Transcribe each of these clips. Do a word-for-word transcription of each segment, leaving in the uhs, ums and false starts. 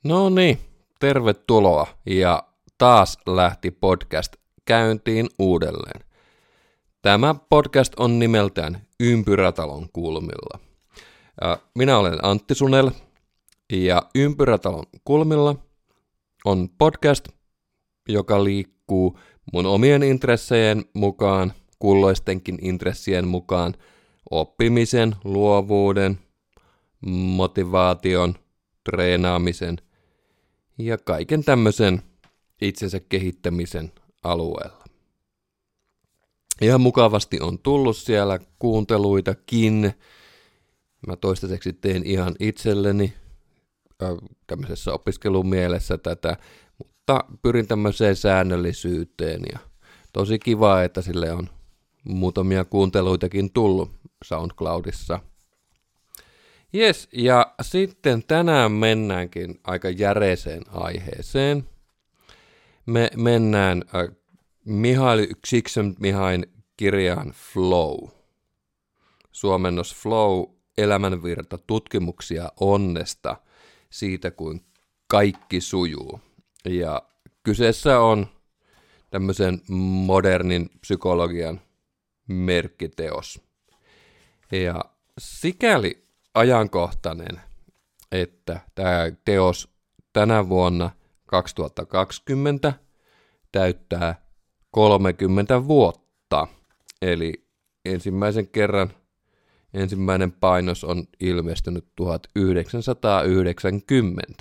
No niin, tervetuloa ja taas lähti podcast käyntiin uudelleen. Tämä podcast on nimeltään Ympyrätalon kulmilla. Minä olen Antti Sunel ja Ympyrätalon kulmilla on podcast, joka liikkuu mun omien intressejen mukaan, kulloistenkin intressien mukaan, oppimisen, luovuuden, motivaation, treenaamisen ja kaiken tämmöisen itsensä kehittämisen alueella. Ihan mukavasti on tullut siellä kuunteluitakin. Mä toistaiseksi teen ihan itselleni äh, tämmöisessä opiskelumielessä tätä, mutta pyrin tämmöiseen säännöllisyyteen ja tosi kiva, että sille on muutamia kuunteluitakin tullut SoundCloudissa. Jes, ja sitten tänään mennäänkin aika järeeseen aiheeseen. Me mennään äh, Mihaly Csikszentmihalyin kirjaan Flow. Suomennos Flow, elämänvirta, tutkimuksia onnesta, siitä kuin kaikki sujuu. Ja kyseessä on tämmöisen modernin psykologian merkkiteos. Ja sikäli ajankohtainen, että tämä teos tänä vuonna kaksituhattakaksikymmentä täyttää kolmekymmentä vuotta. Eli ensimmäisen kerran ensimmäinen painos on ilmestynyt tuhatyhdeksänsataayhdeksänkymmentä.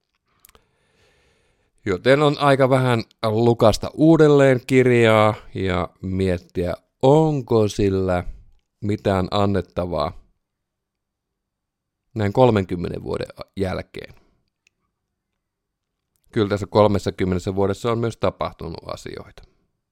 Joten on aika vähän lukasta uudelleen kirjaa ja miettiä, onko sillä mitään annettavaa näin kolmenkymmenen vuoden jälkeen. Kyllä tässä kolmessakymmenessä vuodessa on myös tapahtunut asioita.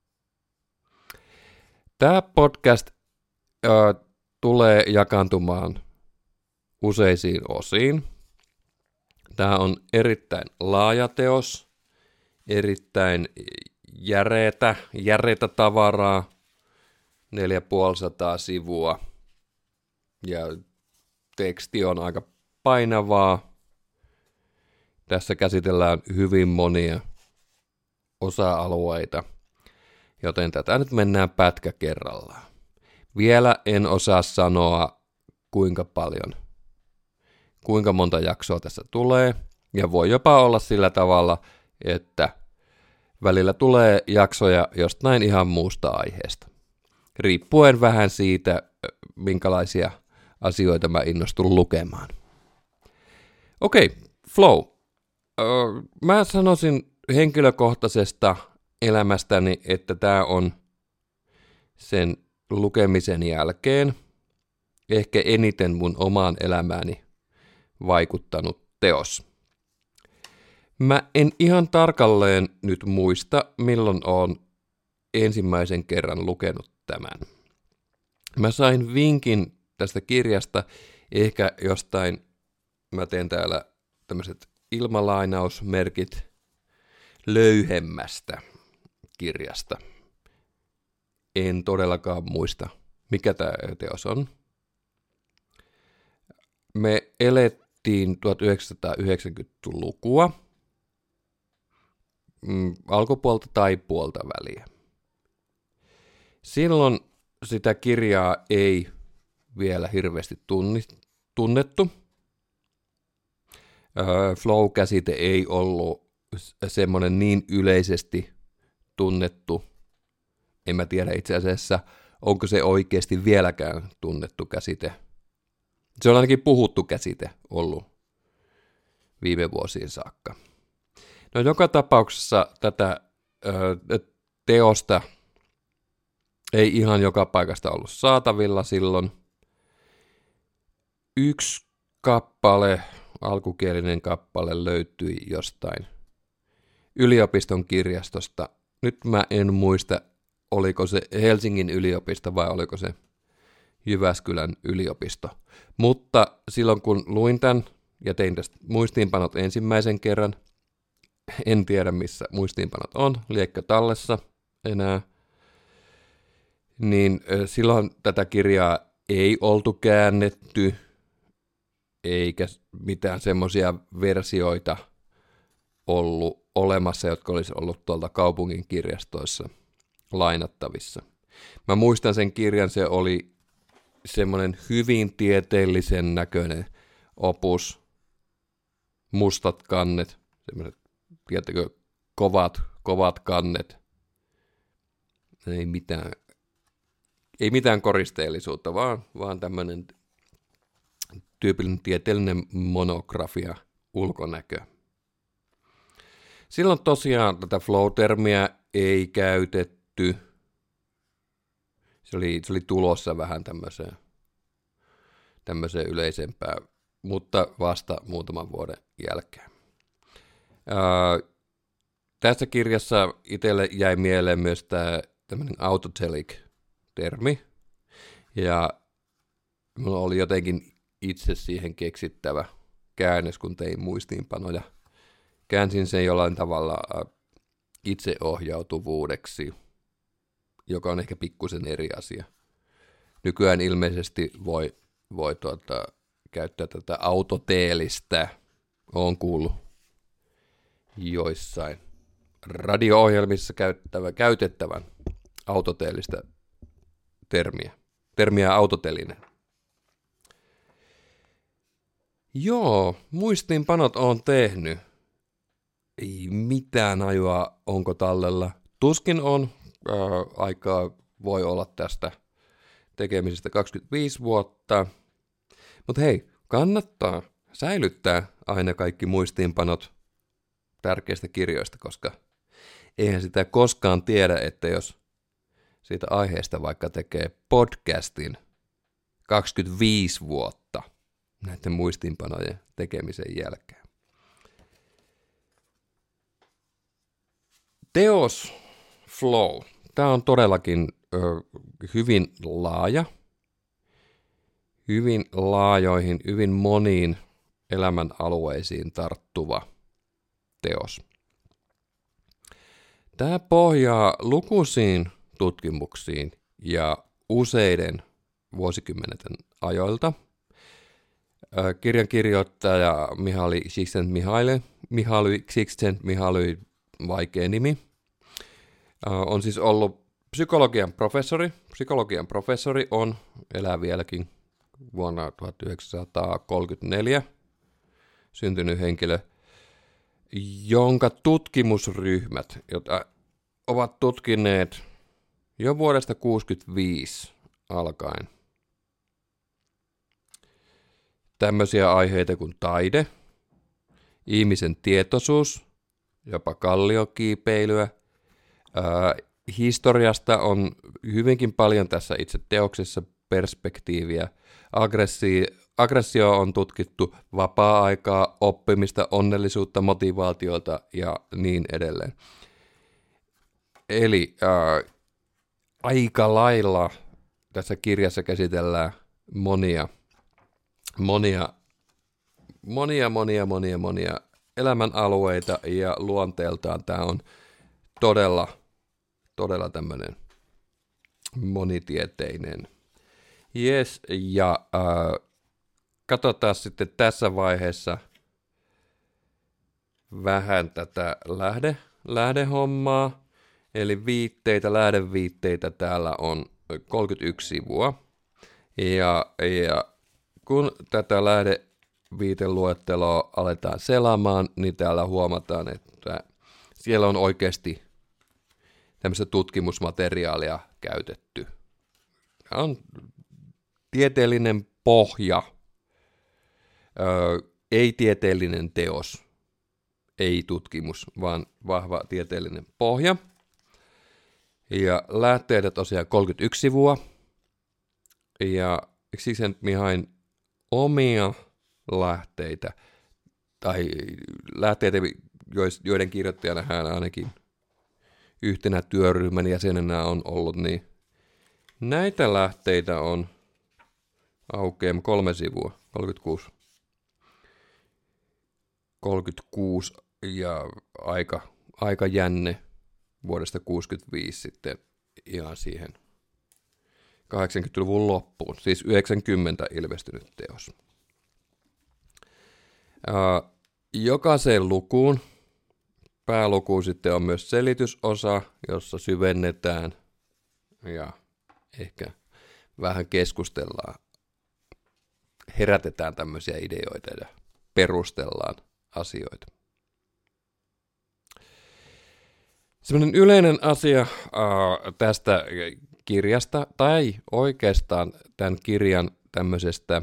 Tämä podcast ö, tulee jakaantumaan useisiin osiin. Tämä on erittäin laaja teos, erittäin järeetä, järeetä tavaraa, neljätuhattaviisisataa sivua ja teksti on aika painavaa. Tässä käsitellään hyvin monia osa-alueita, joten tätä nyt mennään pätkä kerrallaan. Vielä en osaa sanoa, kuinka paljon, kuinka monta jaksoa tässä tulee, ja voi jopa olla sillä tavalla, että välillä tulee jaksoja jostain ihan muusta aiheesta, riippuen vähän siitä, minkälaisia asioita mä innostun lukemaan. Okei, Flow. Mä sanoisin henkilökohtaisesta elämästäni, että tämä on sen lukemisen jälkeen ehkä eniten mun omaan elämääni vaikuttanut teos. Mä en ihan tarkalleen nyt muista, milloin oon ensimmäisen kerran lukenut tämän. Mä sain vinkin tästä kirjasta ehkä jostain, mä teen täällä tämmöiset ilmalainausmerkit, löyhemmästä kirjasta. En todellakaan muista, mikä tämä teos on. Me elettiin tuhatyhdeksänsataayhdeksänkymmentälukua, alkupuolta tai puolta väliä. Silloin sitä kirjaa ei vielä hirveästi tunnettu. Flow-käsite ei ollut semmoinen niin yleisesti tunnettu. En mä tiedä itse asiassa, onko se oikeasti vieläkään tunnettu käsite. Se on ainakin puhuttu käsite ollut viime vuosiin saakka. No joka tapauksessa tätä ö, teosta ei ihan joka paikasta ollut saatavilla silloin. Yksi kappale, alkukielinen kappale löytyi jostain yliopiston kirjastosta. Nyt mä en muista, oliko se Helsingin yliopisto vai oliko se Jyväskylän yliopisto. Mutta silloin kun luin tämän ja tein tästä muistiinpanot ensimmäisen kerran, en tiedä missä muistiinpanot on, liekkö tallessa enää, niin silloin tätä kirjaa ei oltu käännetty, eikä mitään semmoisia versioita ollut olemassa, jotka olisi ollut tuolta kaupungin kirjastoissa lainattavissa. Mä muistan sen kirjan, se oli semmoinen hyvin tieteellisen näköinen opus, mustat kannet, semmoiset, tiedättekö, kovat, kovat kannet, ei mitään, ei mitään koristeellisuutta, vaan, vaan tämmöinen tyypillinen tieteellinen monografia, ulkonäkö. Silloin tosiaan tätä flow-termiä ei käytetty. Se oli, se oli tulossa vähän tämmöiseen, tämmöiseen yleisempään, mutta vasta muutaman vuoden jälkeen. Ää, tässä kirjassa itselle jäi mieleen myös tämä tämmöinen autotelic-termi, ja minulla oli jotenkin itse siihen keksittävä käännös, kun tein muistiinpanoja. Käänsin sen jollain tavalla itseohjautuvuudeksi, joka on ehkä pikkusen eri asia. Nykyään ilmeisesti voi, voi tuota, käyttää tätä autoteelistä, olen kuullut joissain radio-ohjelmissa käyttävä, käytettävän autoteellistä termiä. Termiä autotelinen. Joo, muistiinpanot on tehnyt. Ei mitään ajoa, onko tallella. Tuskin on. Ää, aikaa voi olla tästä tekemisestä kaksikymmentäviisi vuotta. Mutta hei, kannattaa säilyttää aina kaikki muistiinpanot tärkeistä kirjoista, koska eihän sitä koskaan tiedä, että jos siitä aiheesta vaikka tekee podcastin kaksikymmentäviisi vuotta näiden muistiinpanojen tekemisen jälkeen. Teos flow. Tämä on todellakin ö, hyvin laaja, hyvin laajoihin, hyvin moniin elämän alueisiin tarttuva teos. Tämä pohjaa lukuisiin tutkimuksiin ja useiden vuosikymmenten ajoilta. Kirjan kirjoittaja Mihaly Csikszentmihalyi, Mihaly Csikszentmihalyi, vaikea nimi, on siis ollut psykologian professori. Psykologian professori on, elää vieläkin, vuonna tuhatyhdeksänsataakolmekymmentäneljä syntynyt henkilö, jonka tutkimusryhmät, jotka ovat tutkineet jo vuodesta tuhatyhdeksänsataakuusikymmentäviisi alkaen tämmöisiä aiheita kuin taide, ihmisen tietoisuus, jopa kalliokiipeilyä. Ää, historiasta on hyvinkin paljon tässä itse teoksessa perspektiiviä. Aggressi, aggressio on tutkittu, vapaa-aikaa, oppimista, onnellisuutta, motivaatiota ja niin edelleen. Eli ää, aika lailla tässä kirjassa käsitellään monia, monia, monia, monia, monia, monia elämän alueita, ja luonteeltaan tämä on todella, todella tämmöinen monitieteinen. Jes, ja äh, katsotaan sitten tässä vaiheessa vähän tätä lähde, lähdehommaa, eli viitteitä, lähdeviitteitä täällä on kolmekymmentäyksi sivua, ja, ja kun tätä lähdeviiteluetteloa aletaan selaamaan, niin täällä huomataan, että siellä on oikeasti tämmöistä tutkimusmateriaalia käytetty. Tämä on tieteellinen pohja, öö, ei tieteellinen teos, ei tutkimus, vaan vahva tieteellinen pohja. Ja lähteitä tosiaan kolmekymmentäyksi sivua, ja Csikszentmihalyin omia lähteitä, tai lähteitä, joiden kirjoittajana hän ainakin yhtenä työryhmän jäsenenä on ollut, niin näitä lähteitä on aukeam kolme sivua, kolmekymmentäkuusi. kolmekymmentäkuusi ja aika, aika jänne vuodesta kuusikymmentäviisi sitten ihan siihen kahdeksankymmentäluvun loppuun, siis yhdeksänkymmentä ilmestynyt teos. Ää, jokaiseen lukuun päälukuun sitten on myös selitysosa, jossa syvennetään ja ehkä vähän keskustellaan, herätetään tämmöisiä ideoita ja perustellaan asioita. Sellainen yleinen asia äh, tästä kirjasta, tai oikeastaan tämän kirjan tämmöisestä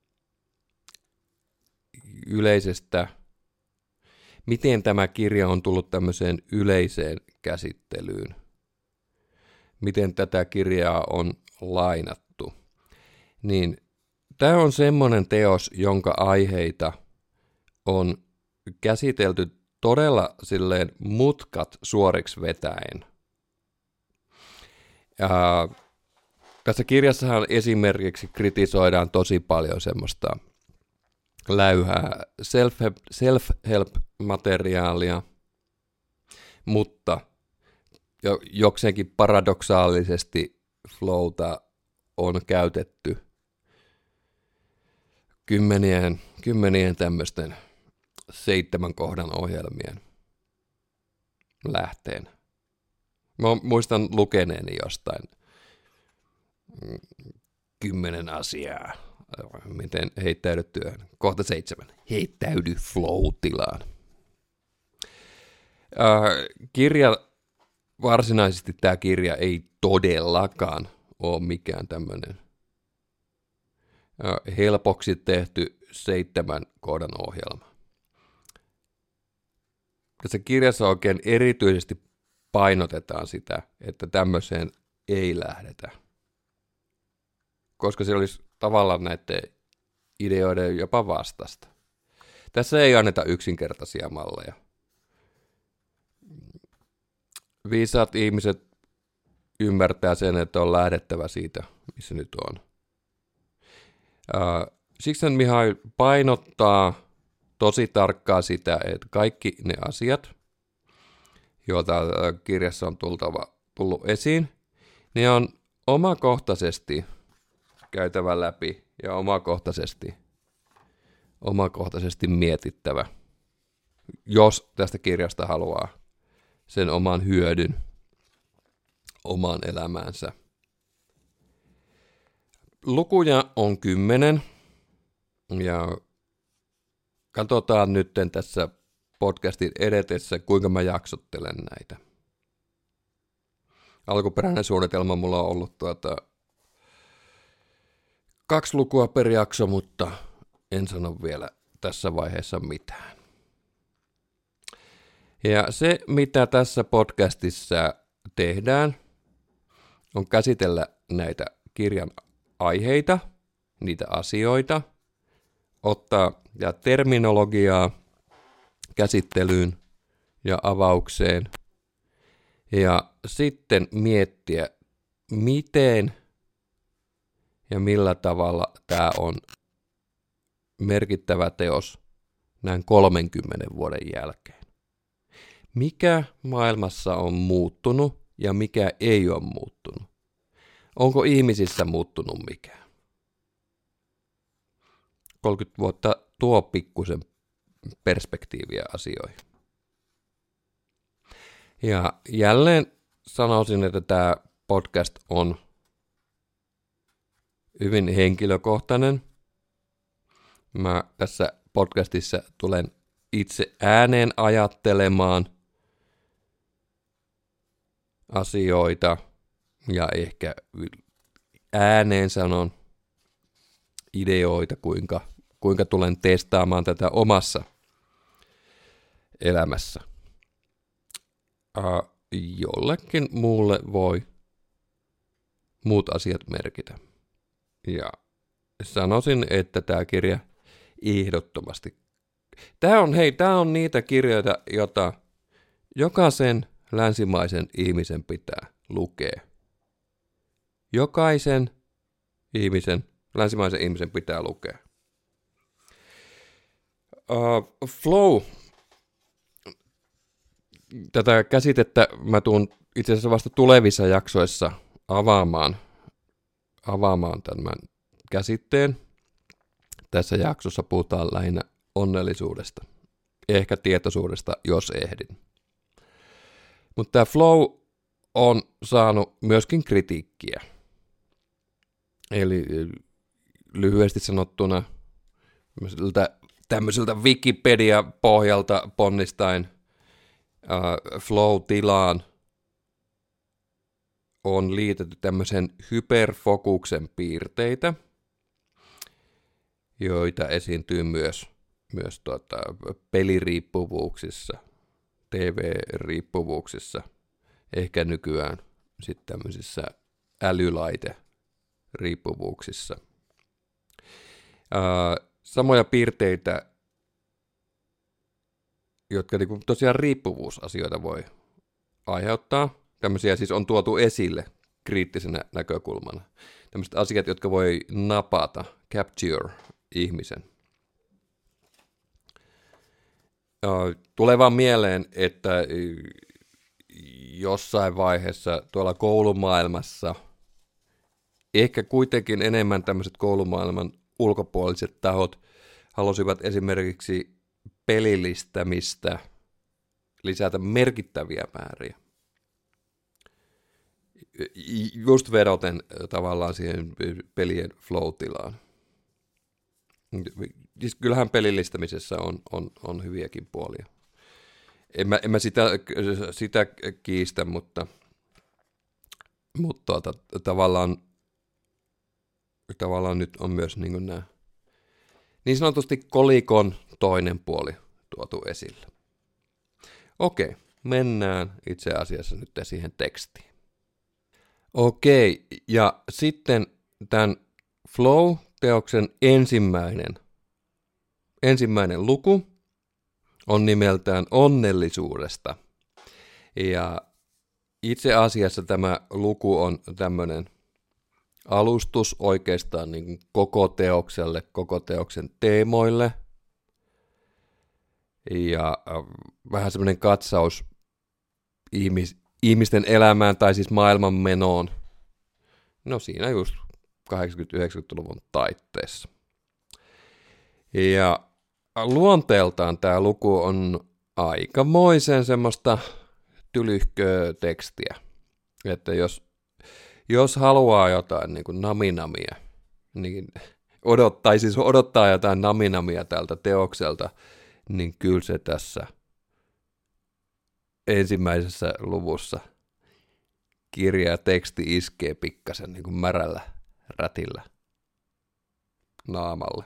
yleisestä, miten tämä kirja on tullut tämmöiseen yleiseen käsittelyyn, miten tätä kirjaa on lainattu, niin tämä on semmoinen teos, jonka aiheita on käsitelty todella silleen mutkat suoriksi vetäen. Ja tässä kirjassahan esimerkiksi kritisoidaan tosi paljon semmoista läyhää self-help, self-help-materiaalia, mutta jo, jokseenkin paradoksaalisesti flowta on käytetty kymmenien, kymmenien tämmöisten seitsemän kohdan ohjelmien lähteen. Mä muistan lukeneeni jostain kymmenen asiaa, miten heittäydy työhön. Kohta seitsemän. Heittäydy flow-tilaan. Äh, kirja, varsinaisesti tämä kirja ei todellakaan ole mikään tämmöinen äh, helpoksi tehty seitsemän kohdan ohjelma. Tässä kirjassa oikein erityisesti painotetaan sitä, että tämmöiseen ei lähdetä. Koska se olisi tavallaan näiden ideoiden jopa vastasta. Tässä ei anneta yksinkertaisia malleja. Viisaat ihmiset ymmärtää sen, että on lähdettävä siitä, missä nyt on. Csikszentmihalyi painottaa tosi tarkkaa sitä, että kaikki ne asiat, joita kirjassa on tultava, tullut esiin, ne on omakohtaisesti käytävä läpi ja omakohtaisesti, omakohtaisesti mietittävä, jos tästä kirjasta haluaa sen oman hyödyn omaan elämäänsä. Lukuja on kymmenen, ja katsotaan nyt tässä podcastin edetessä, kuinka mä jaksottelen näitä. Alkuperäinen suunnitelma mulla on ollut tuota kaksi lukua per jakso, mutta en sano vielä tässä vaiheessa mitään. Ja se, mitä tässä podcastissa tehdään, on käsitellä näitä kirjan aiheita, niitä asioita, ottaa ja terminologiaa käsittelyyn ja avaukseen, ja sitten miettiä, miten ja millä tavalla tämä on merkittävä teos näin kolmenkymmenen vuoden jälkeen. Mikä maailmassa on muuttunut ja mikä ei ole muuttunut? Onko ihmisissä muuttunut mikään? kolmekymmentä vuotta tuo pikkusen perspektiiviä asioihin. Ja jälleen sanoisin, että tämä podcast on hyvin henkilökohtainen. Mä tässä podcastissa tulen itse ääneen ajattelemaan asioita ja ehkä ääneen sanon ideoita, kuinka, kuinka tulen testaamaan tätä omassa elämässä. Uh, jollekin muulle voi muut asiat merkitä. Ja sanoisin, että tämä kirja ehdottomasti. Tämä on, hei, tämä on niitä kirjoja, joita jokaisen länsimaisen ihmisen pitää lukea. Jokaisen ihmisen, länsimaisen ihmisen pitää lukea. Uh, flow. Tätä käsitettä mä tuun itse asiassa vasta tulevissa jaksoissa avaamaan, avaamaan tämän käsitteen. Tässä jaksossa puhutaan lähinnä onnellisuudesta, ehkä tietoisuudesta, jos ehdin. Mutta tämä flow on saanut myöskin kritiikkiä. Eli lyhyesti sanottuna tämmöiseltä Wikipedia-pohjalta ponnistain uh, flow-tilaan on liitetty tämmöisen hyperfokuksen piirteitä, joita esiintyy myös, myös tuota, peliriippuvuuksissa, T V-riippuvuuksissa, ehkä nykyään sitten tämmöisissä älylaite-riippuvuuksissa. Uh, samoja piirteitä, jotka niinku tosiaan riippuvuusasioita voi aiheuttaa. Tämmöisiä siis on tuotu esille kriittisenä näkökulmana. Tämmöiset asiat, jotka voi napata, capture ihmisen. Tulee vaan mieleen, että jossain vaiheessa tuolla koulumaailmassa ehkä kuitenkin enemmän tämmöiset koulumaailman ulkopuoliset tahot halusivat esimerkiksi pelillistämistä lisätä merkittäviä määriä. Just vedoten tavallaan siihen pelien flow-tilaan. Siis kyllähän pelillistämisessä on, on, on hyviäkin puolia. En mä, en mä sitä, sitä kiistä, mutta, mutta tuota, tavallaan, tavallaan nyt on myös niin kuin nämä niin sanotusti kolikon toinen puoli tuotu esille. Okei, mennään itse asiassa nyt siihen tekstiin. Okei, ja sitten tämän Flow-teoksen ensimmäinen, ensimmäinen luku on nimeltään Onnellisuudesta. Ja itse asiassa tämä luku on tämmöinen alustus oikeastaan niin kuin koko teokselle, koko teoksen teemoille. Ja vähän semmoinen katsaus ihmis, ihmisten elämään tai siis maailmanmenoon. No siinä just kahdeksankymmentä-yhdeksänkymmentäluvun taitteessa. Ja luonteeltaan tämä luku on aikamoisen semmoista tylyhköä tekstiä. Että jos, jos haluaa jotain niin kuin naminamia, niin odottaa, siis odottaa jotain naminamia tältä teokselta, niin kyllä se tässä ensimmäisessä luvussa kirja ja teksti iskee pikkasen niin kuin märällä rätillä naamalle.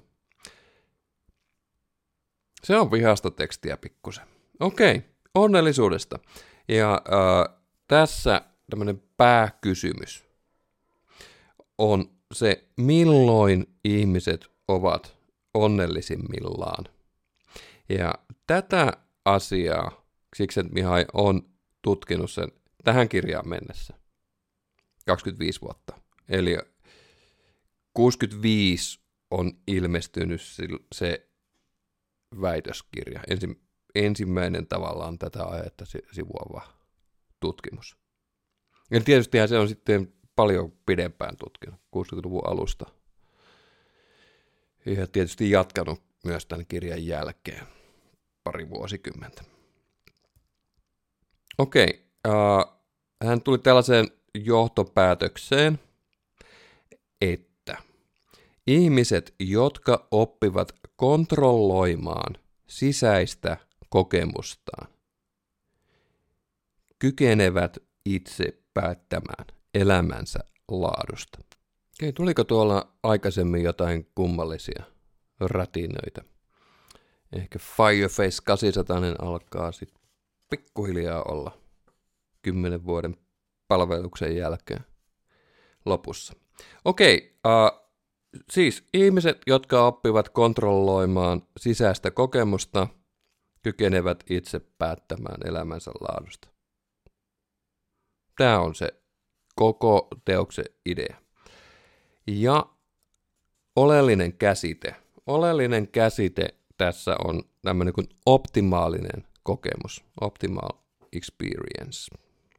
Se on vihasta tekstiä pikkusen. Okei, onnellisuudesta. Ja äh, tässä tämmöinen pääkysymys on se, milloin ihmiset ovat onnellisimmillaan. Ja tätä asiaa Csikszentmihalyi on tutkinut sen tähän kirjaan mennessä kaksikymmentäviisi vuotta. Eli kuusikymmentäviisi on ilmestynyt se väitöskirja, Ensi, ensimmäinen tavallaan tätä aihetta sivuava tutkimus. Ja tietystihän se on sitten paljon pidempään tutkinut, kuusikymmentäluvun alusta. Ja tietysti jatkanut myös tämän kirjan jälkeen pari vuosikymmentä. Okei, äh, hän tuli tällaiseen johtopäätökseen, että ihmiset, jotka oppivat kontrolloimaan sisäistä kokemustaan, kykenevät itse päättämään elämänsä laadusta. Okei, tuliko tuolla aikaisemmin jotain kummallisia rätinöitä? Ehkä Fireface kahdeksansataa alkaa sitten pikkuhiljaa olla kymmenen vuoden palveluksen jälkeen lopussa. Okei, uh, siis ihmiset, jotka oppivat kontrolloimaan sisäistä kokemusta, kykenevät itse päättämään elämänsä laadusta. Tämä on se koko teoksen idea. Ja oleellinen käsite, oleellinen käsite tässä on tämmöinen kuin optimaalinen kokemus, optimal experience.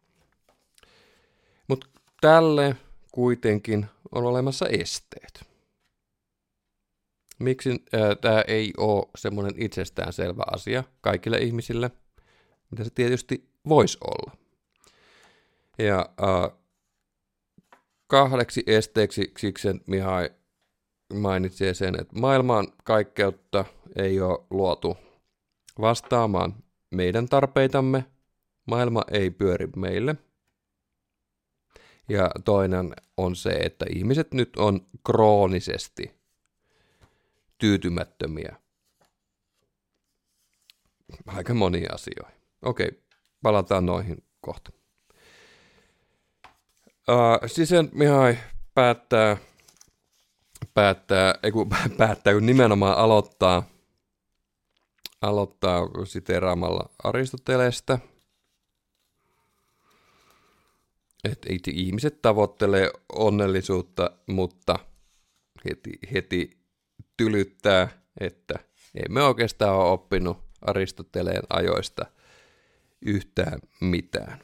Mutta tälle kuitenkin on olemassa esteet. Miksi äh, tämä ei ole semmoinen itsestäänselvä asia kaikille ihmisille, mitä se tietysti voisi olla. Ja äh, kahdeksi esteeksi Sixen Mihai mainitsee sen, että maailman kaikkeutta ei ole luotu vastaamaan meidän tarpeitamme. Maailma ei pyöri meille. Ja toinen on se, että ihmiset nyt on kroonisesti tyytymättömiä aika moniin asioihin. Okei, palataan noihin kohta. Uh, Sixen Mihai päättää, päättää, ei kun päättää, kun nimenomaan aloittaa, aloittaa siteeraamalla Aristotelesta, että ihmiset tavoittelee onnellisuutta, mutta heti, heti tylyttää, että emme oikeastaan ole oppinut Aristoteleen ajoista yhtään mitään.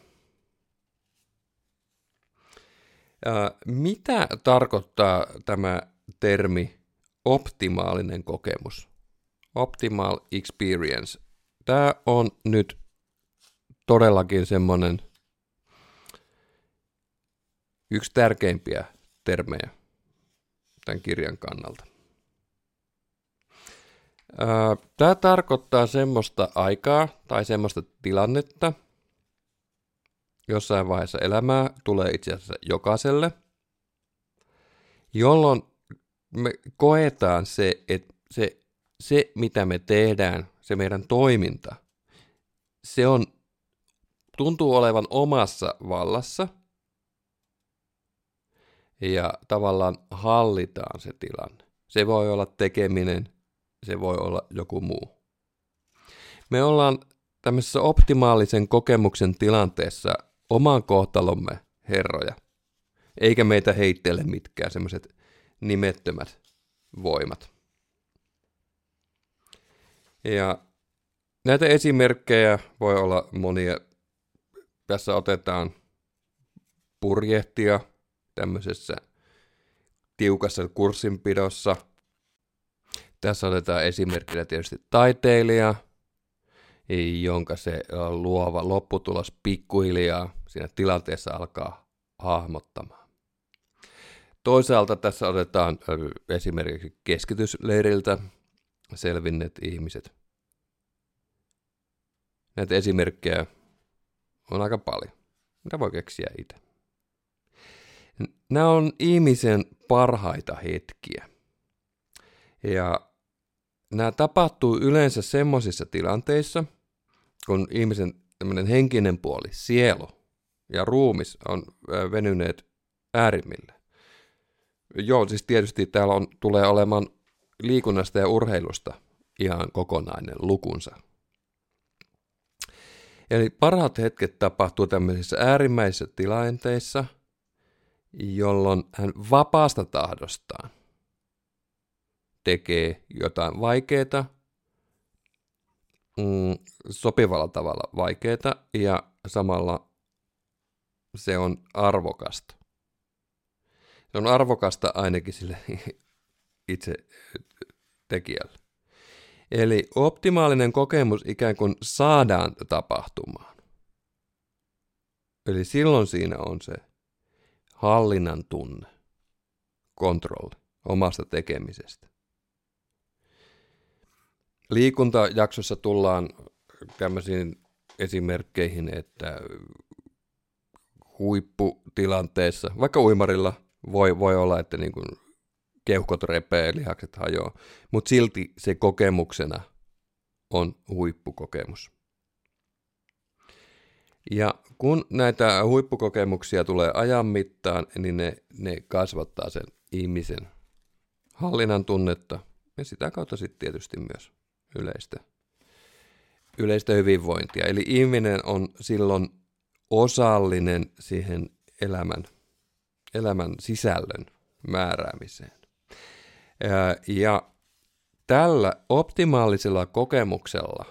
Ää, mitä tarkoittaa tämä termi optimaalinen kokemus? Optimal experience. Tämä on nyt todellakin semmoinen yksi tärkeimpiä termejä tämän kirjan kannalta. Ää, tämä tarkoittaa semmoista aikaa tai semmoista tilannetta, jossain vaiheessa elämää tulee itse asiassa jokaiselle, jolloin me koetaan se, että se, se, mitä me tehdään, se meidän toiminta, se on, tuntuu olevan omassa vallassa ja tavallaan hallitaan se tilanne. Se voi olla tekeminen, se voi olla joku muu. Me ollaan tämmöisessä optimaalisen kokemuksen tilanteessa oman kohtalomme herroja, eikä meitä heittele mitkään semmoiset nimettömät voimat. Ja näitä esimerkkejä voi olla monia. Tässä otetaan purjehtia tämmöisessä tiukassa kurssinpidossa. Tässä otetaan esimerkkinä tietysti taiteilija, jonka se luova lopputulos pikkuhiljaa siinä tilanteessa alkaa hahmottamaan. Toisaalta tässä otetaan esimerkiksi keskitysleiriltä selvinneet ihmiset. Näitä esimerkkejä on aika paljon. Mitä voi keksiä itse? Nämä on ihmisen parhaita hetkiä. Ja nämä tapahtuu yleensä semmoisissa tilanteissa, kun ihmisen tämmöinen henkinen puoli, sielu ja ruumis on venyneet äärimmille. Joo, siis tietysti täällä on, tulee olemaan liikunnasta ja urheilusta ihan kokonainen lukunsa. Eli parhaat hetket tapahtuu tämmöisissä äärimmäisissä tilanteissa, jolloin hän vapaasta tahdostaan tekee jotain vaikeaa, mm, sopivalla tavalla vaikeaa ja samalla se on arvokasta. Se on arvokasta ainakin sille itse tekijälle. Eli optimaalinen kokemus ikään kuin saadaan tapahtumaan. Eli silloin siinä on se hallinnan tunne, kontrolli omasta tekemisestä. Liikuntajaksossa tullaan tämmöisiin esimerkkeihin, että huipputilanteessa, vaikka uimarilla voi, voi olla, että niin kuin keuhkot repee, lihakset hajoaa, mutta silti se kokemuksena on huippukokemus. Ja kun näitä huippukokemuksia tulee ajan mittaan, niin ne, ne kasvattaa sen ihmisen hallinnan tunnetta ja sitä kautta sitten tietysti myös yleistä, yleistä hyvinvointia. Eli ihminen on silloin osallinen siihen elämän, elämän sisällön määräämiseen. Ja, ja tällä optimaalisella kokemuksella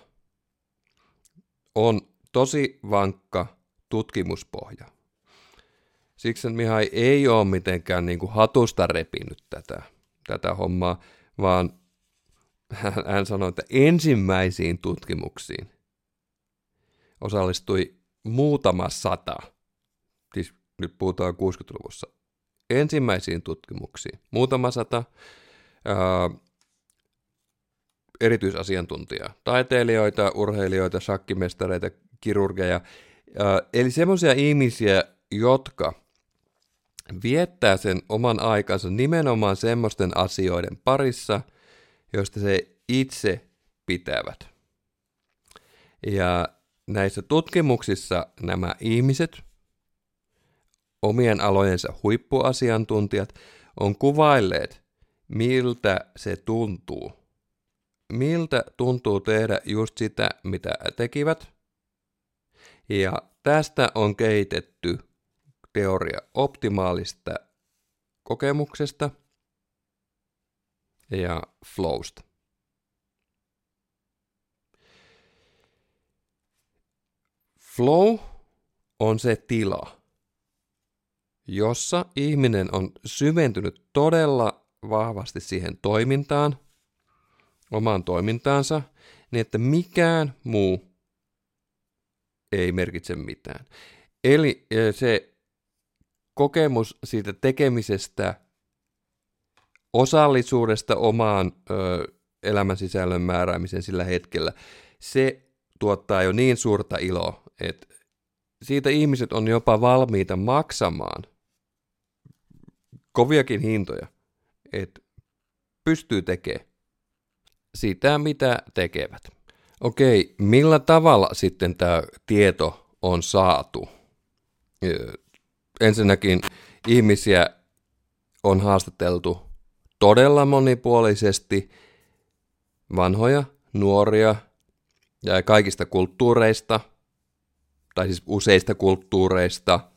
on tosi vankka tutkimuspohja. Sixen Mihai ei ole mitenkään niin kuin hatusta repinyt tätä, tätä hommaa, vaan hän, hän sanoi, että ensimmäisiin tutkimuksiin osallistui muutama sata nyt puhutaan kuusikymmentäluvussa, ensimmäisiin tutkimuksiin, muutama sata ää, erityisasiantuntijaa, taiteilijoita, urheilijoita, shakkimestareita, kirurgeja, ää, eli semmoisia ihmisiä, jotka viettää sen oman aikansa nimenomaan semmoisten asioiden parissa, joista se itse pitävät. Ja näissä tutkimuksissa nämä ihmiset, omien alojensa huippuasiantuntijat, on kuvailleet, miltä se tuntuu. Miltä tuntuu tehdä just sitä, mitä tekivät. Ja tästä on kehitetty teoria optimaalista kokemuksesta ja flowsta. Flow on se tila, jossa ihminen on syventynyt todella vahvasti siihen toimintaan, omaan toimintaansa, niin että mikään muu ei merkitse mitään. Eli se kokemus siitä tekemisestä, osallisuudesta omaan ö, elämän sisällön määräämisen sillä hetkellä, se tuottaa jo niin suurta iloa, että siitä ihmiset on jopa valmiita maksamaan koviakin hintoja, että pystyy tekemään sitä, mitä tekevät. Okei, millä tavalla sitten tämä tieto on saatu? Ensinnäkin ihmisiä on haastateltu todella monipuolisesti, vanhoja, nuoria ja kaikista kulttuureista, tai siis useista kulttuureista,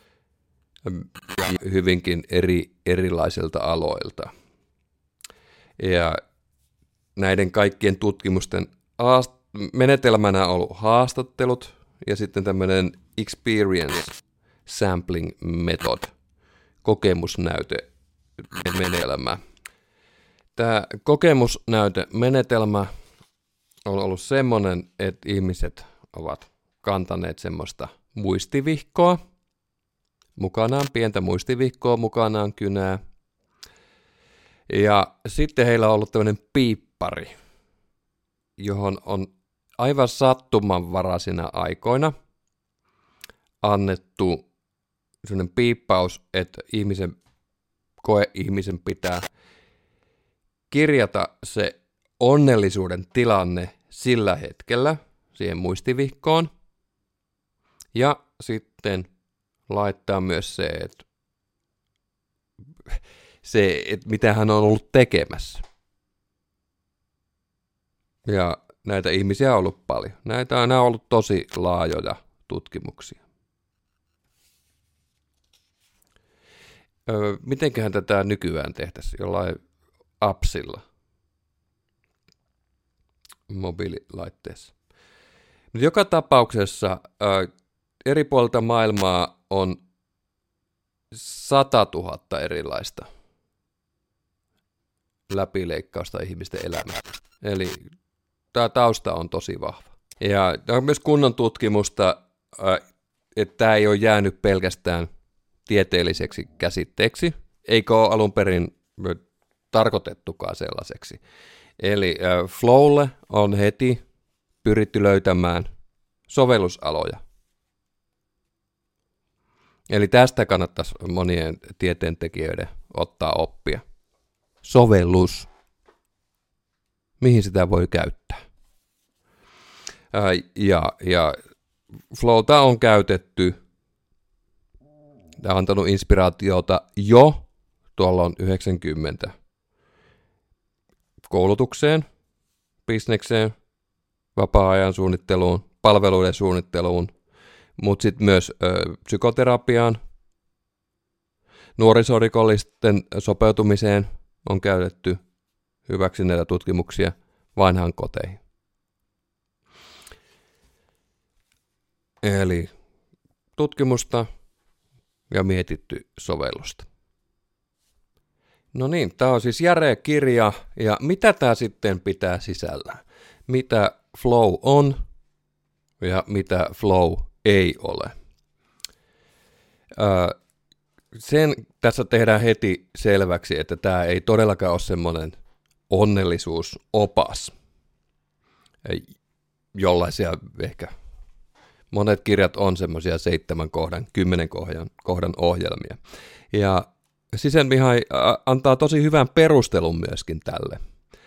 ja hyvinkin eri, erilaisilta aloilta. Ja näiden kaikkien tutkimusten menetelmänä on ollut haastattelut ja sitten tämmöinen experience sampling method, kokemusnäytemenetelmä. Tämä kokemusnäytemenetelmä on ollut semmoinen, että ihmiset ovat kantaneet semmoista muistivihkoa, mukanaan pientä muistivihkoa, mukanaan kynää. Ja sitten heillä on ollut tämmöinen piippari, johon on aivan sattumanvaraisina aikoina annettu semmoinen piippaus, että ihmisen, koe-ihmisen pitää kirjata se onnellisuuden tilanne sillä hetkellä siihen muistivihkoon. Ja sitten laittaa myös se, että, se, että mitä hän on ollut tekemässä. Ja näitä ihmisiä on ollut paljon. Näitä on, nämä on ollut tosi laajoja tutkimuksia. Öö, mitenköhän tätä nykyään tehtäisiin? Jollain appsilla, mobiililaitteessa. Mutta joka tapauksessa öö, eri puolilta maailmaa on satatuhatta erilaista läpileikkausta ihmisten elämästä. Eli tämä tausta on tosi vahva. Ja tämä on myös kunnon tutkimusta, että tämä ei ole jäänyt pelkästään tieteelliseksi käsitteeksi, eikä ole alun perin tarkoitettukaan sellaiseksi. Eli flowlle on heti pyritty löytämään sovellusaloja. Eli tästä kannattaisi monien tieteentekijöiden ottaa oppia. Sovellus. Mihin sitä voi käyttää? Ää, ja, ja flowta on käytetty, tämä on antanut inspiraatiota jo tuolloin yhdeksänkymmentä koulutukseen, bisnekseen, vapaa-ajan suunnitteluun, palveluiden suunnitteluun, mutta sitten myös ö, psykoterapiaan, nuorisorikollisten sopeutumiseen on käytetty hyväksi näitä tutkimuksia vanhainkoteihin. Eli tutkimusta ja mietitty sovellusta. No niin, tämä on siis järeä kirja, ja mitä tämä sitten pitää sisällään? Mitä flow on ja mitä flow ei ole. Öö, sen tässä tehdään heti selväksi, että tämä ei todellakaan ole semmoinen onnellisuusopas, jollaisia ehkä monet kirjat on semmoisia seitsemän kohdan, kymmenen kohdan, kohdan ohjelmia. Ja Csikszentmihalyi antaa tosi hyvän perustelun myöskin tälle.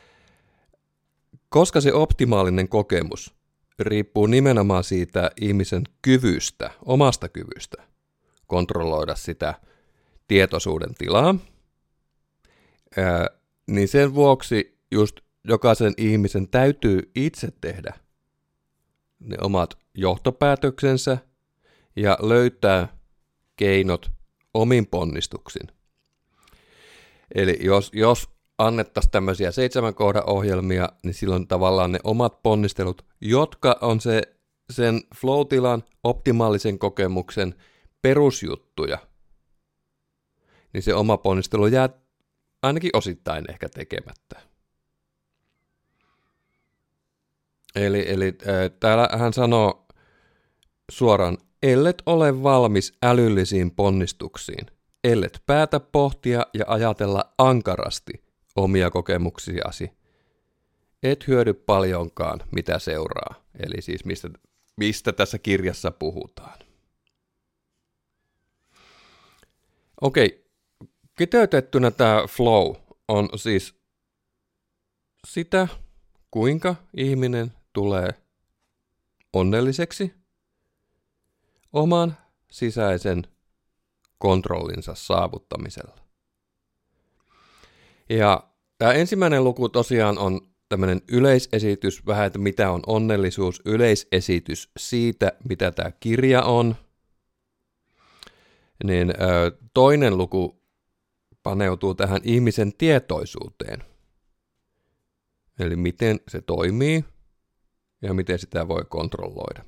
Koska se optimaalinen kokemus riippuu nimenomaan siitä ihmisen kyvystä, omasta kyvystä, kontrolloida sitä tietoisuuden tilaa, ää, niin sen vuoksi just jokaisen ihmisen täytyy itse tehdä ne omat johtopäätöksensä ja löytää keinot omin ponnistuksin. Eli jos, jos annettaisiin tämmöisiä seitsemän kohdan ohjelmia, niin silloin tavallaan ne omat ponnistelut, jotka on se, sen flow-tilan optimaalisen kokemuksen perusjuttuja, niin se oma ponnistelu jää ainakin osittain ehkä tekemättä. Eli, eli äh, täällä hän sanoo suoraan, ellet ole valmis älyllisiin ponnistuksiin, ellet päätä pohtia ja ajatella ankarasti omia kokemuksiasi, et hyödy paljonkaan, mitä seuraa. Eli siis mistä, mistä tässä kirjassa puhutaan. Okei, kiteytettynä tämä flow on siis sitä, kuinka ihminen tulee onnelliseksi oman sisäisen kontrollinsa saavuttamisella. Ja tämä ensimmäinen luku tosiaan on tämmöinen yleisesitys, vähän, että mitä on onnellisuus, yleisesitys siitä, mitä tämä kirja on. Niin toinen luku paneutuu tähän ihmisen tietoisuuteen. Eli miten se toimii ja miten sitä voi kontrolloida.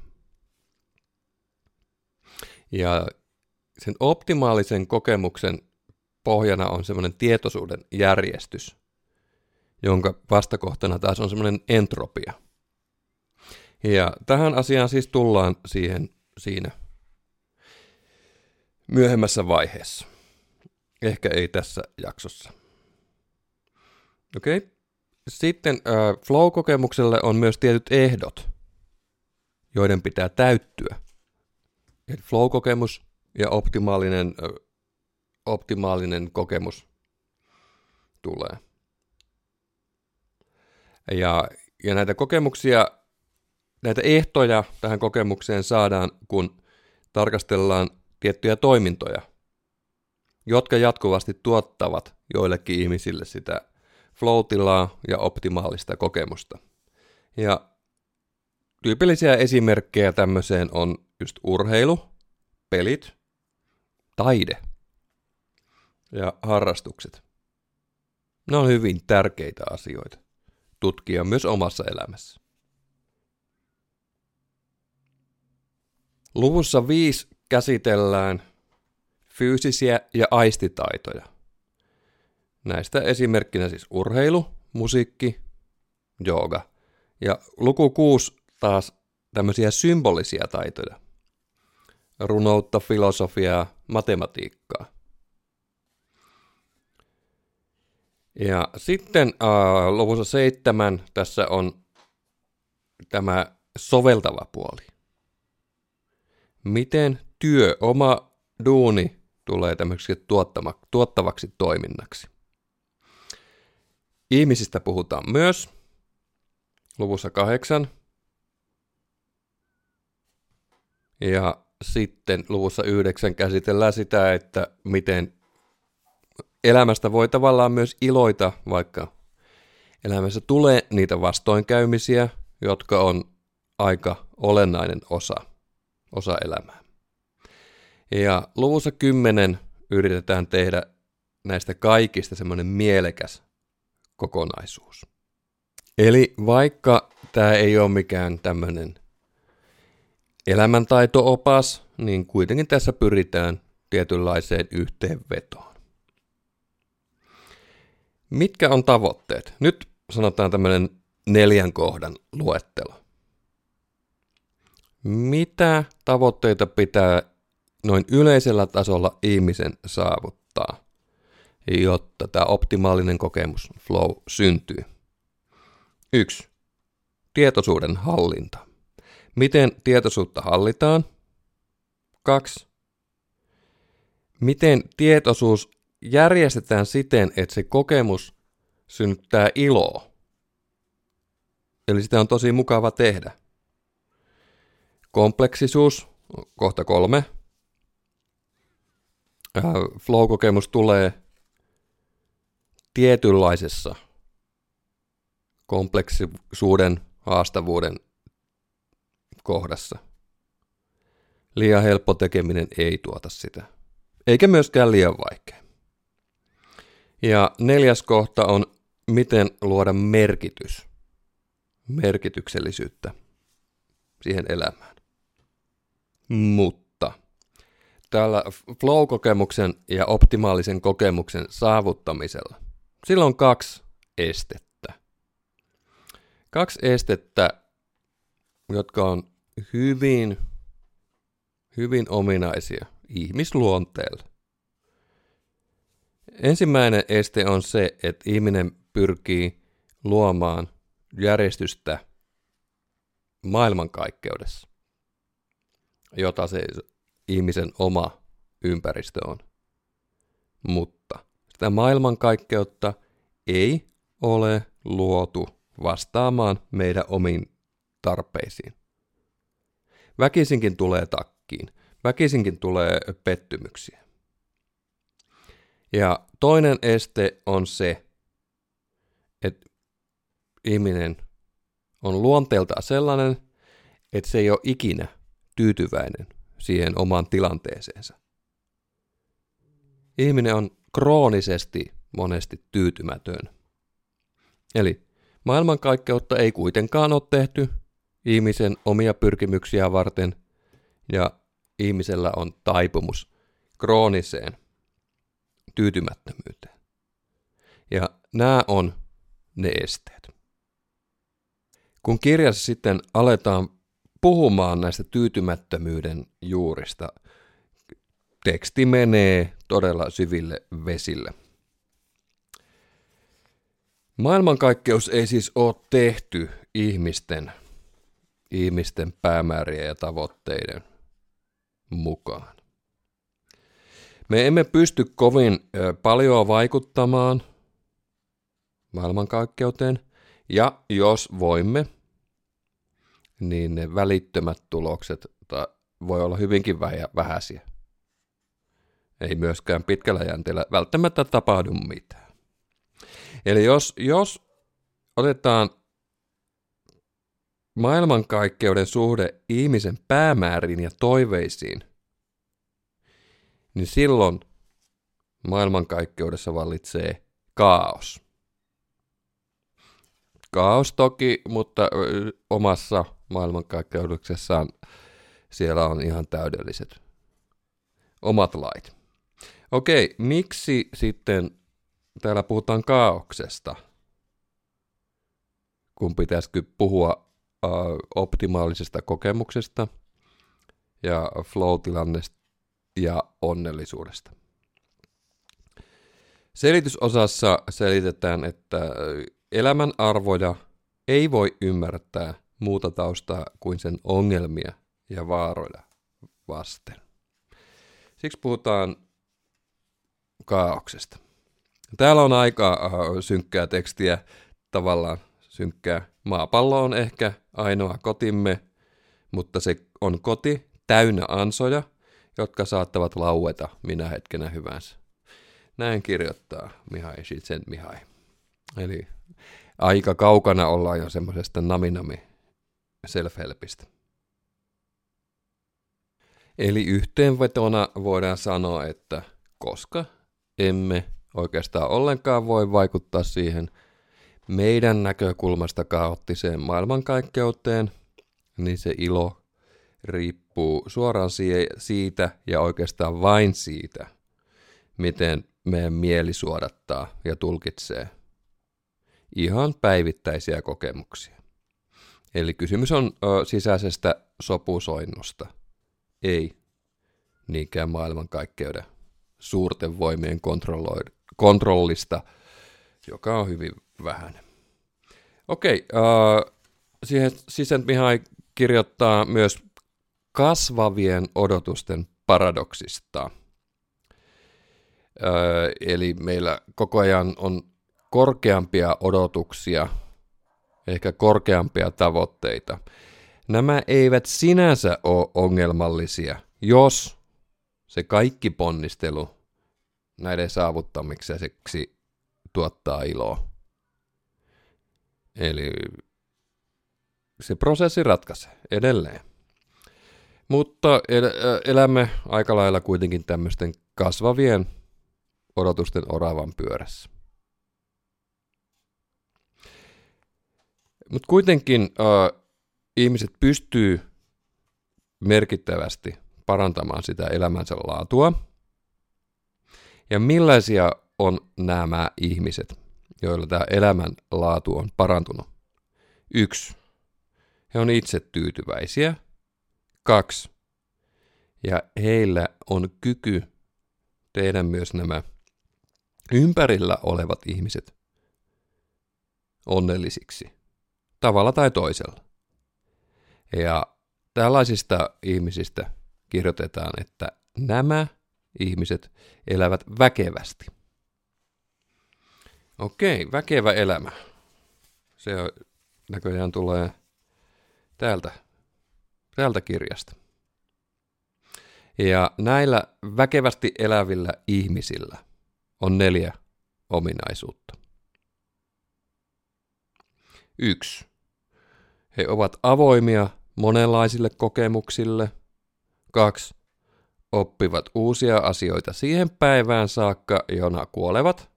Ja sen optimaalisen kokemuksen pohjana on semmoinen tietoisuuden järjestys, jonka vastakohtana taas on semmoinen entropia. Ja tähän asiaan siis tullaan siihen siinä myöhemmässä vaiheessa. Ehkä ei tässä jaksossa. Okei. Okay. Sitten äh, flow-kokemukselle on myös tietyt ehdot, joiden pitää täyttyä. Eli flow-kokemus ja optimaalinen, äh, optimaalinen kokemus tulee. Ja, ja näitä kokemuksia, näitä ehtoja tähän kokemukseen saadaan, kun tarkastellaan tiettyjä toimintoja, jotka jatkuvasti tuottavat joillekin ihmisille sitä flow-tilaa ja optimaalista kokemusta. Ja tyypillisiä esimerkkejä tämmöiseen on just urheilu, pelit, taide ja harrastukset. Ne on hyvin tärkeitä asioita tutkia myös omassa elämässä. Luvussa viisi käsitellään fyysisiä ja aistitaitoja. Näistä esimerkkinä siis urheilu, musiikki, jooga. Ja luku kuusi taas tämmöisiä symbolisia taitoja. Runoutta, filosofiaa, matematiikkaa. Ja sitten äh, luvussa seitsemän tässä on tämä soveltava puoli. Miten työ, oma duuni tulee tämmöiseksi tuottavaksi toiminnaksi. Ihmisistä puhutaan myös luvussa kahdeksan. Ja sitten luvussa yhdeksän käsitellään sitä, että miten elämästä voi tavallaan myös iloita, vaikka elämässä tulee niitä vastoinkäymisiä, jotka on aika olennainen osa, osa elämää. Ja luvussa kymmenen yritetään tehdä näistä kaikista semmoinen mielekäs kokonaisuus. Eli vaikka tämä ei ole mikään tämmöinen elämäntaito-opas, niin kuitenkin tässä pyritään tietynlaiseen yhteenvetoon. Mitkä on tavoitteet? Nyt sanotaan tämmöinen neljän kohdan luettelo. Mitä tavoitteita pitää noin yleisellä tasolla ihmisen saavuttaa, jotta tämä optimaalinen kokemus, flow, syntyy? Yksi. Tietoisuuden hallinta. Miten tietoisuutta hallitaan? Kaksi. Miten tietoisuus järjestetään siten, että se kokemus synnyttää iloa? Eli sitä on tosi mukava tehdä. Kompleksisuus, kohta kolme. Flow-kokemus tulee tietynlaisessa kompleksisuuden, haastavuuden kohdassa. Liian helppo tekeminen ei tuota sitä, eikä myöskään liian vaikea. Ja neljäs kohta on, miten luoda merkitys, merkityksellisyyttä siihen elämään. Mutta tällä flow-kokemuksen ja optimaalisen kokemuksen saavuttamisella sillä on kaksi estettä. Kaksi estettä, jotka on hyvin, hyvin ominaisia ihmisluonteelle. Ensimmäinen este on se, että ihminen pyrkii luomaan järjestystä maailmankaikkeudessa, jota se ihmisen oma ympäristö on. Mutta sitä maailmankaikkeutta ei ole luotu vastaamaan meidän omiin tarpeisiin. Väkisinkin tulee takkiin, väkisinkin tulee pettymyksiä. Ja toinen este on se, että ihminen on luonteeltaan sellainen, että se ei ole ikinä tyytyväinen siihen omaan tilanteeseensa. Ihminen on kroonisesti monesti tyytymätön. Eli maailmankaikkeutta ei kuitenkaan ole tehty ihmisen omia pyrkimyksiä varten, ja ihmisellä on taipumus krooniseen tyytymättömyyteen. Ja nämä on ne esteet. Kun kirjassa sitten aletaan puhumaan näistä tyytymättömyyden juurista, teksti menee todella syville vesille. Maailmankaikkeus ei siis ole tehty ihmisten, ihmisten päämäärien ja tavoitteiden mukaan. Me emme pysty kovin paljon vaikuttamaan maailmankaikkeuteen, ja jos voimme, niin ne välittömät tulokset voi olla hyvinkin vähäisiä. Ei myöskään pitkällä jänteellä välttämättä tapahdu mitään. Eli jos, jos otetaan maailmankaikkeuden suhde ihmisen päämääriin ja toiveisiin, niin silloin maailmankaikkeudessa vallitsee kaos. Kaos toki, mutta omassa maailmankaikkeuduksessaan siellä on ihan täydelliset omat lait. Okei, miksi sitten täällä puhutaan kaauksesta, kun pitäisikö puhua äh, optimaalisesta kokemuksesta ja flow-tilannesta ja onnellisuudesta? Selitysosassa selitetään, että elämän arvoja ei voi ymmärtää muuta taustaa kuin sen ongelmia ja vaaroja vasten. Siksi puhutaan kaauksesta. Täällä on aika synkkää tekstiä, tavallaan synkkää. Maapallo on ehkä ainoa kotimme, mutta se on koti täynnä ansoja, jotka saattavat laueta minä hetkenä hyvänsä. Näin kirjoittaa Mihai Csikszentmihalyi. Eli aika kaukana ollaan jo semmoisesta naminami self-helpistä. Eli yhteenvetona voidaan sanoa, että koska emme oikeastaan ollenkaan voi vaikuttaa siihen meidän näkökulmasta kaoottiseen maailmankaikkeuteen, niin se ilo riippuu suoraan siitä ja oikeastaan vain siitä, miten meidän mieli suodattaa ja tulkitsee ihan päivittäisiä kokemuksia. Eli kysymys on ö, sisäisestä sopusoinnusta, ei niinkään maailmankaikkeuden suurten voimien kontrollista, joka on hyvin vähän. Okei, uh, siihen Csikszent Mihalyi kirjoittaa myös kasvavien odotusten paradoksista. Uh, eli meillä koko ajan on korkeampia odotuksia, ehkä korkeampia tavoitteita. Nämä eivät sinänsä ole ongelmallisia, jos se kaikki ponnistelu näiden saavuttamiseksi tuottaa iloa. Eli se prosessi ratkaisee edelleen. Mutta el- elämme aika lailla kuitenkin tämmöisten kasvavien odotusten oravan pyörässä. Mutta kuitenkin äh, ihmiset pystyy merkittävästi parantamaan sitä elämänsä laatua. Ja millaisia on nämä ihmiset, joilla tämä elämänlaatu on parantunut? Yksi. He on itse tyytyväisiä. Kaksi. Ja heillä on kyky tehdä myös nämä ympärillä olevat ihmiset onnellisiksi. Tavalla tai toisella. Ja tällaisista ihmisistä kirjoitetaan, että nämä ihmiset elävät väkevästi. Okei, väkevä elämä. Se näköjään tulee täältä, täältä kirjasta. Ja näillä väkevästi elävillä ihmisillä on neljä ominaisuutta. Yksi. He ovat avoimia monenlaisille kokemuksille. Kaksi. Oppivat uusia asioita siihen päivään saakka, jona kuolevat.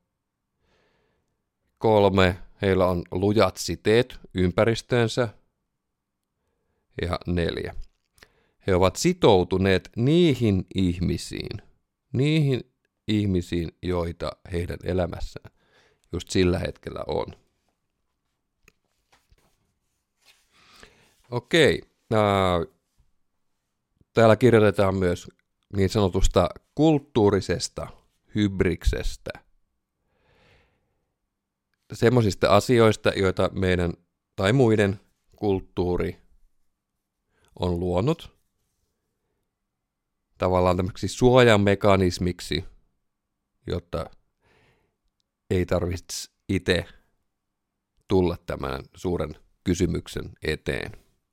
Kolme. Heillä on lujat siteet ympäristöönsä. Ja neljä. He ovat sitoutuneet niihin ihmisiin, niihin ihmisiin, joita heidän elämässään just sillä hetkellä on. Okei. Täällä kirjoitetaan myös niin sanotusta kulttuurisesta hybriksestä. Semmoisista asioista, joita meidän tai muiden kulttuuri on luonut. Tavallaan tämmöksi suojamekanismiksi, jotta ei tarvitse itse tulla tämän suuren kysymyksen eteen.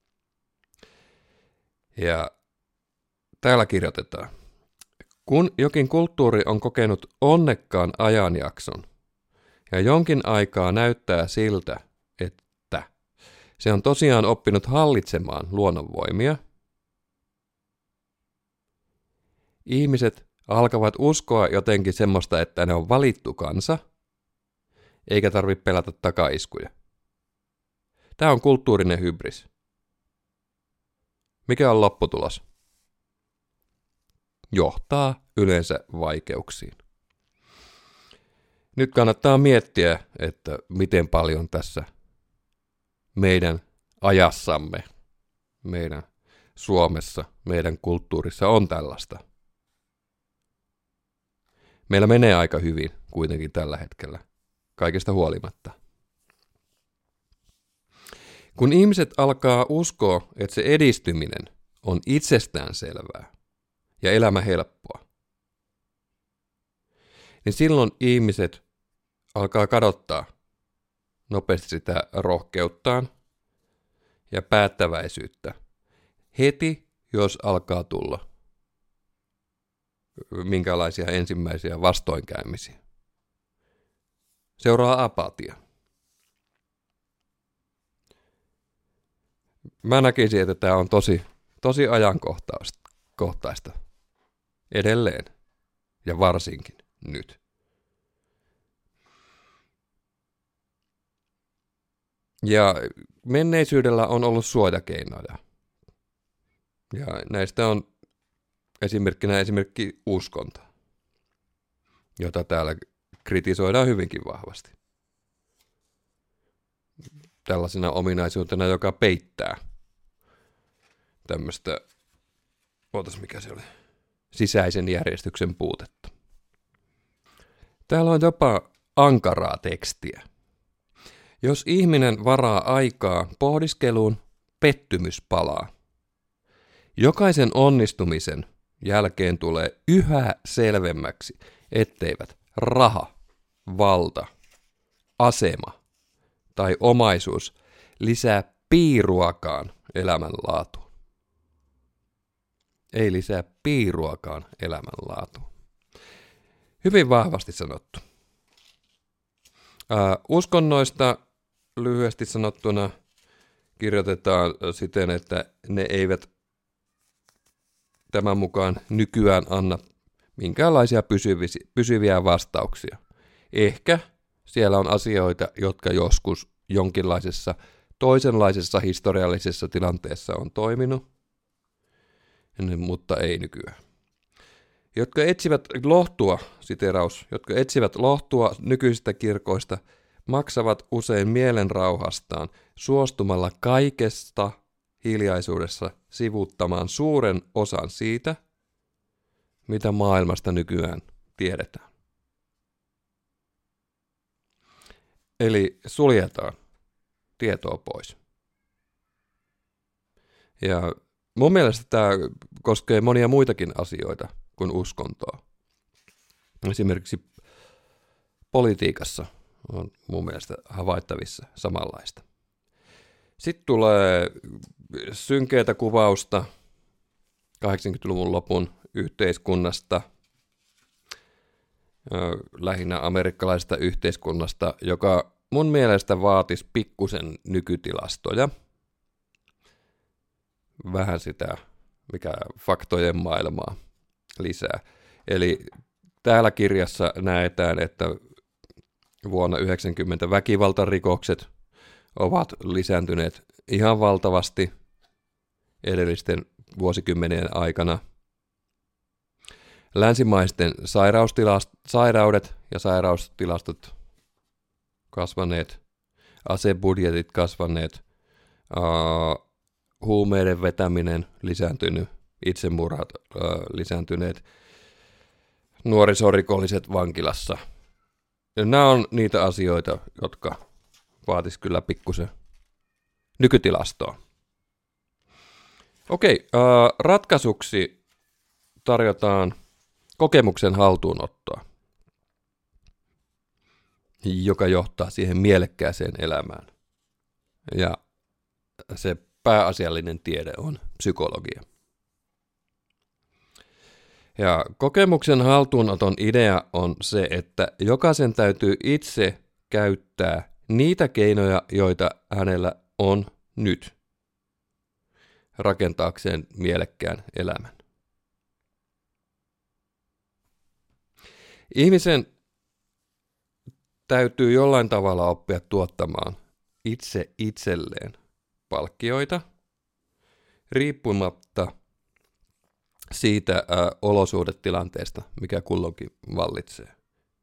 Ja täällä kirjoitetaan, kun jokin kulttuuri on kokenut onnekkaan ajanjakson ja jonkin aikaa näyttää siltä, että se on tosiaan oppinut hallitsemaan luonnonvoimia, ihmiset alkavat uskoa jotenkin semmoista, että ne on valittu kansa, eikä tarvitse pelätä takaiskuja. Tämä on kulttuurinen hybris. Mikä on lopputulos? Johtaa yleensä vaikeuksiin. Nyt kannattaa miettiä, että miten paljon tässä meidän ajassamme, meidän Suomessa, meidän kulttuurissa on tällaista. Meillä menee aika hyvin kuitenkin tällä hetkellä, kaikesta huolimatta. Kun ihmiset alkaa uskoa, että se edistyminen on itsestään selvää ja elämä helppoa, niin silloin ihmiset alkaa kadottaa nopeasti sitä rohkeuttaan ja päättäväisyyttä heti, jos alkaa tulla minkälaisia ensimmäisiä vastoinkäymisiä. Seuraa apatia. Mä näkisin, että tämä on tosi, tosi ajankohtaista edelleen ja varsinkin nyt. Ja menneisyydellä on ollut suojakeinoja. Ja näistä on esimerkkinä esimerkki uskonto, jota täällä kritisoidaan hyvinkin vahvasti. Tällaisena ominaisuutena, joka peittää tämmöistä, ootas mikä se oli, sisäisen järjestyksen puutetta. Täällä on jopa ankaraa tekstiä. Jos ihminen varaa aikaa pohdiskeluun, pettymys palaa. Jokaisen onnistumisen jälkeen tulee yhä selvemmäksi, etteivät raha, valta, asema tai omaisuus lisää piiruakaan elämänlaatua. Ei lisää piiruakaan elämänlaatua. Hyvin vahvasti sanottu. Uh, uskonnoista lyhyesti sanottuna kirjoitetaan siten, että ne eivät tämän mukaan nykyään anna minkäänlaisia pysyviä vastauksia. Ehkä siellä on asioita, jotka joskus jonkinlaisessa toisenlaisessa historiallisessa tilanteessa on toiminut, mutta ei nykyään. Jotka etsivät lohtua, siteraus, jotka etsivät lohtua nykyisistä kirkoista, maksavat usein mielenrauhastaan suostumalla kaikesta hiljaisuudessa sivuuttamaan suuren osan siitä, mitä maailmasta nykyään tiedetään. Eli suljetaan tietoa pois. Ja mun mielestä tämä koskee monia muitakin asioita kuin uskontoa. Esimerkiksi politiikassa on mun mielestä havaittavissa samanlaista. Sitten tulee synkeätä kuvausta kahdeksankymmentäluvun lopun yhteiskunnasta, lähinnä amerikkalaisesta yhteiskunnasta, joka mun mielestä vaatisi pikkusen nykytilastoja. Vähän sitä, mikä faktojen maailmaa lisää. Eli täällä kirjassa näetään, että vuonna yhdeksänkymmentä väkivaltarikokset ovat lisääntyneet ihan valtavasti edellisten vuosikymmenien aikana. Länsimaisten sairaudet ja sairaustilastot kasvaneet, asebudjetit kasvaneet, uh, huumeiden vetäminen lisääntynyt, itsemurhat uh, lisääntyneet, nuorisorikolliset vankilassa. Ja nämä on niitä asioita, jotka vaatis kyllä pikkusen nykytilastoa. Okei, uh, ratkaisuksi tarjotaan kokemuksen haltuunottoa, joka johtaa siihen mielekkääseen elämään. Ja se pääasiallinen tiede on psykologia. Ja kokemuksen haltuunoton idea on se, että jokaisen täytyy itse käyttää niitä keinoja, joita hänellä on nyt rakentaakseen mielekkään elämän. Ihmisen täytyy jollain tavalla oppia tuottamaan itse itselleen palkkioita riippumatta siitä ä, olosuhdetilanteesta, mikä kulloinkin vallitsee.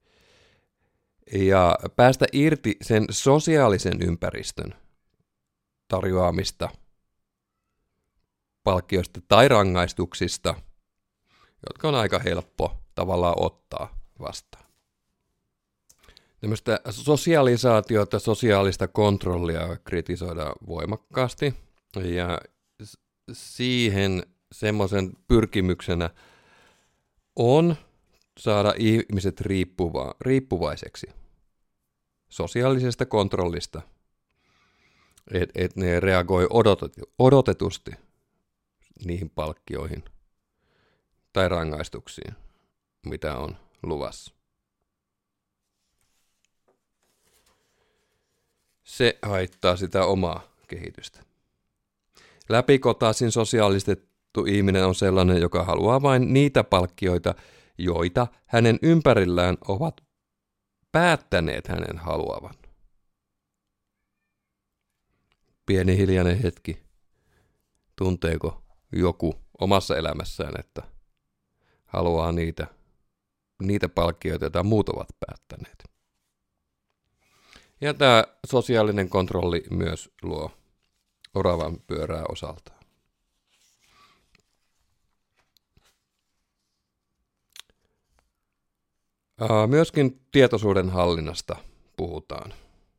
Ja päästä irti sen sosiaalisen ympäristön tarjoamista palkkioista tai rangaistuksista, jotka on aika helppo tavallaan ottaa vastaan. Tämmöistä sosialisaatiota, sosiaalista kontrollia kritisoidaan voimakkaasti, ja siihen semmoisen pyrkimyksenä on saada ihmiset riippuva, riippuvaiseksi sosiaalisesta kontrollista, että et ne reagoi odotet, odotetusti niihin palkkioihin tai rangaistuksiin, mitä on luvassa. Se haittaa sitä omaa kehitystä. Läpikotaisin sosiaalistettu ihminen on sellainen, joka haluaa vain niitä palkkioita, joita hänen ympärillään ovat päättäneet hänen haluavan. Pieni hiljainen hetki. Tunteeko joku omassa elämässään, että haluaa niitä, niitä palkkioita, joita muut ovat päättäneet? Ja tämä sosiaalinen kontrolli myös luo oravan pyörää osaltaan. Myöskin tietoisuuden hallinnasta puhutaan.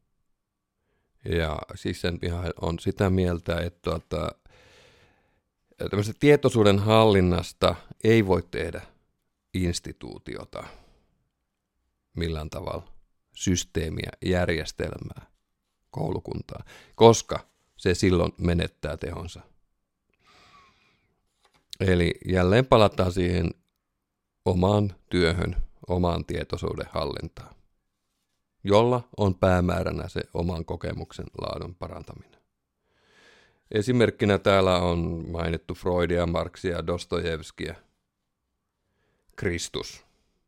Ja siis sen ihan on sitä mieltä, että tuota, tämmöisestä tietoisuuden hallinnasta ei voi tehdä instituutiota millään tavalla, systeemiä, järjestelmää, koulukuntaa, koska se silloin menettää tehonsa. Eli jälleen palataan siihen omaan työhön, omaan tietoisuuden hallintaan, jolla on päämääränä se oman kokemuksen laadun parantaminen. Esimerkkinä täällä on mainittu Freudia, Marxia, Dostojevskia, Kristus.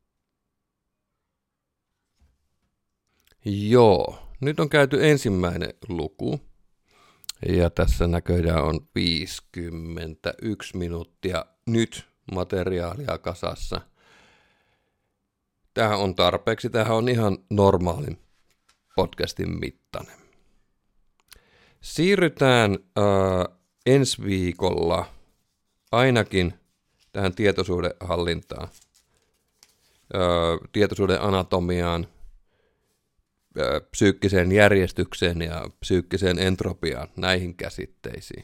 Joo, nyt on käyty ensimmäinen luku, ja tässä näköjään on viisikymmentäyksi minuuttia nyt materiaalia kasassa. Tämähän on tarpeeksi, tämähän on ihan normaalin podcastin mittainen. Siirrytään äh, ensi viikolla ainakin tähän tietoisuuden hallintaan, äh, tietoisuuden anatomiaan, äh, psyykkiseen järjestykseen ja psyykkiseen entropiaan, näihin käsitteisiin.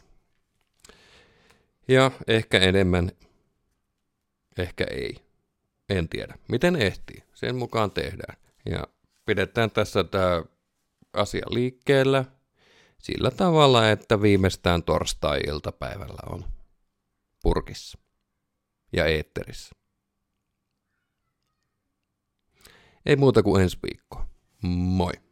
Ja ehkä enemmän, ehkä ei. En tiedä. Miten ehtii? Sen mukaan tehdään. Ja pidetään tässä tämä asia liikkeellä sillä tavalla, että viimeistään torstai-iltapäivällä on purkissa ja eetterissä. Ei muuta kuin ensi viikkoa. Moi!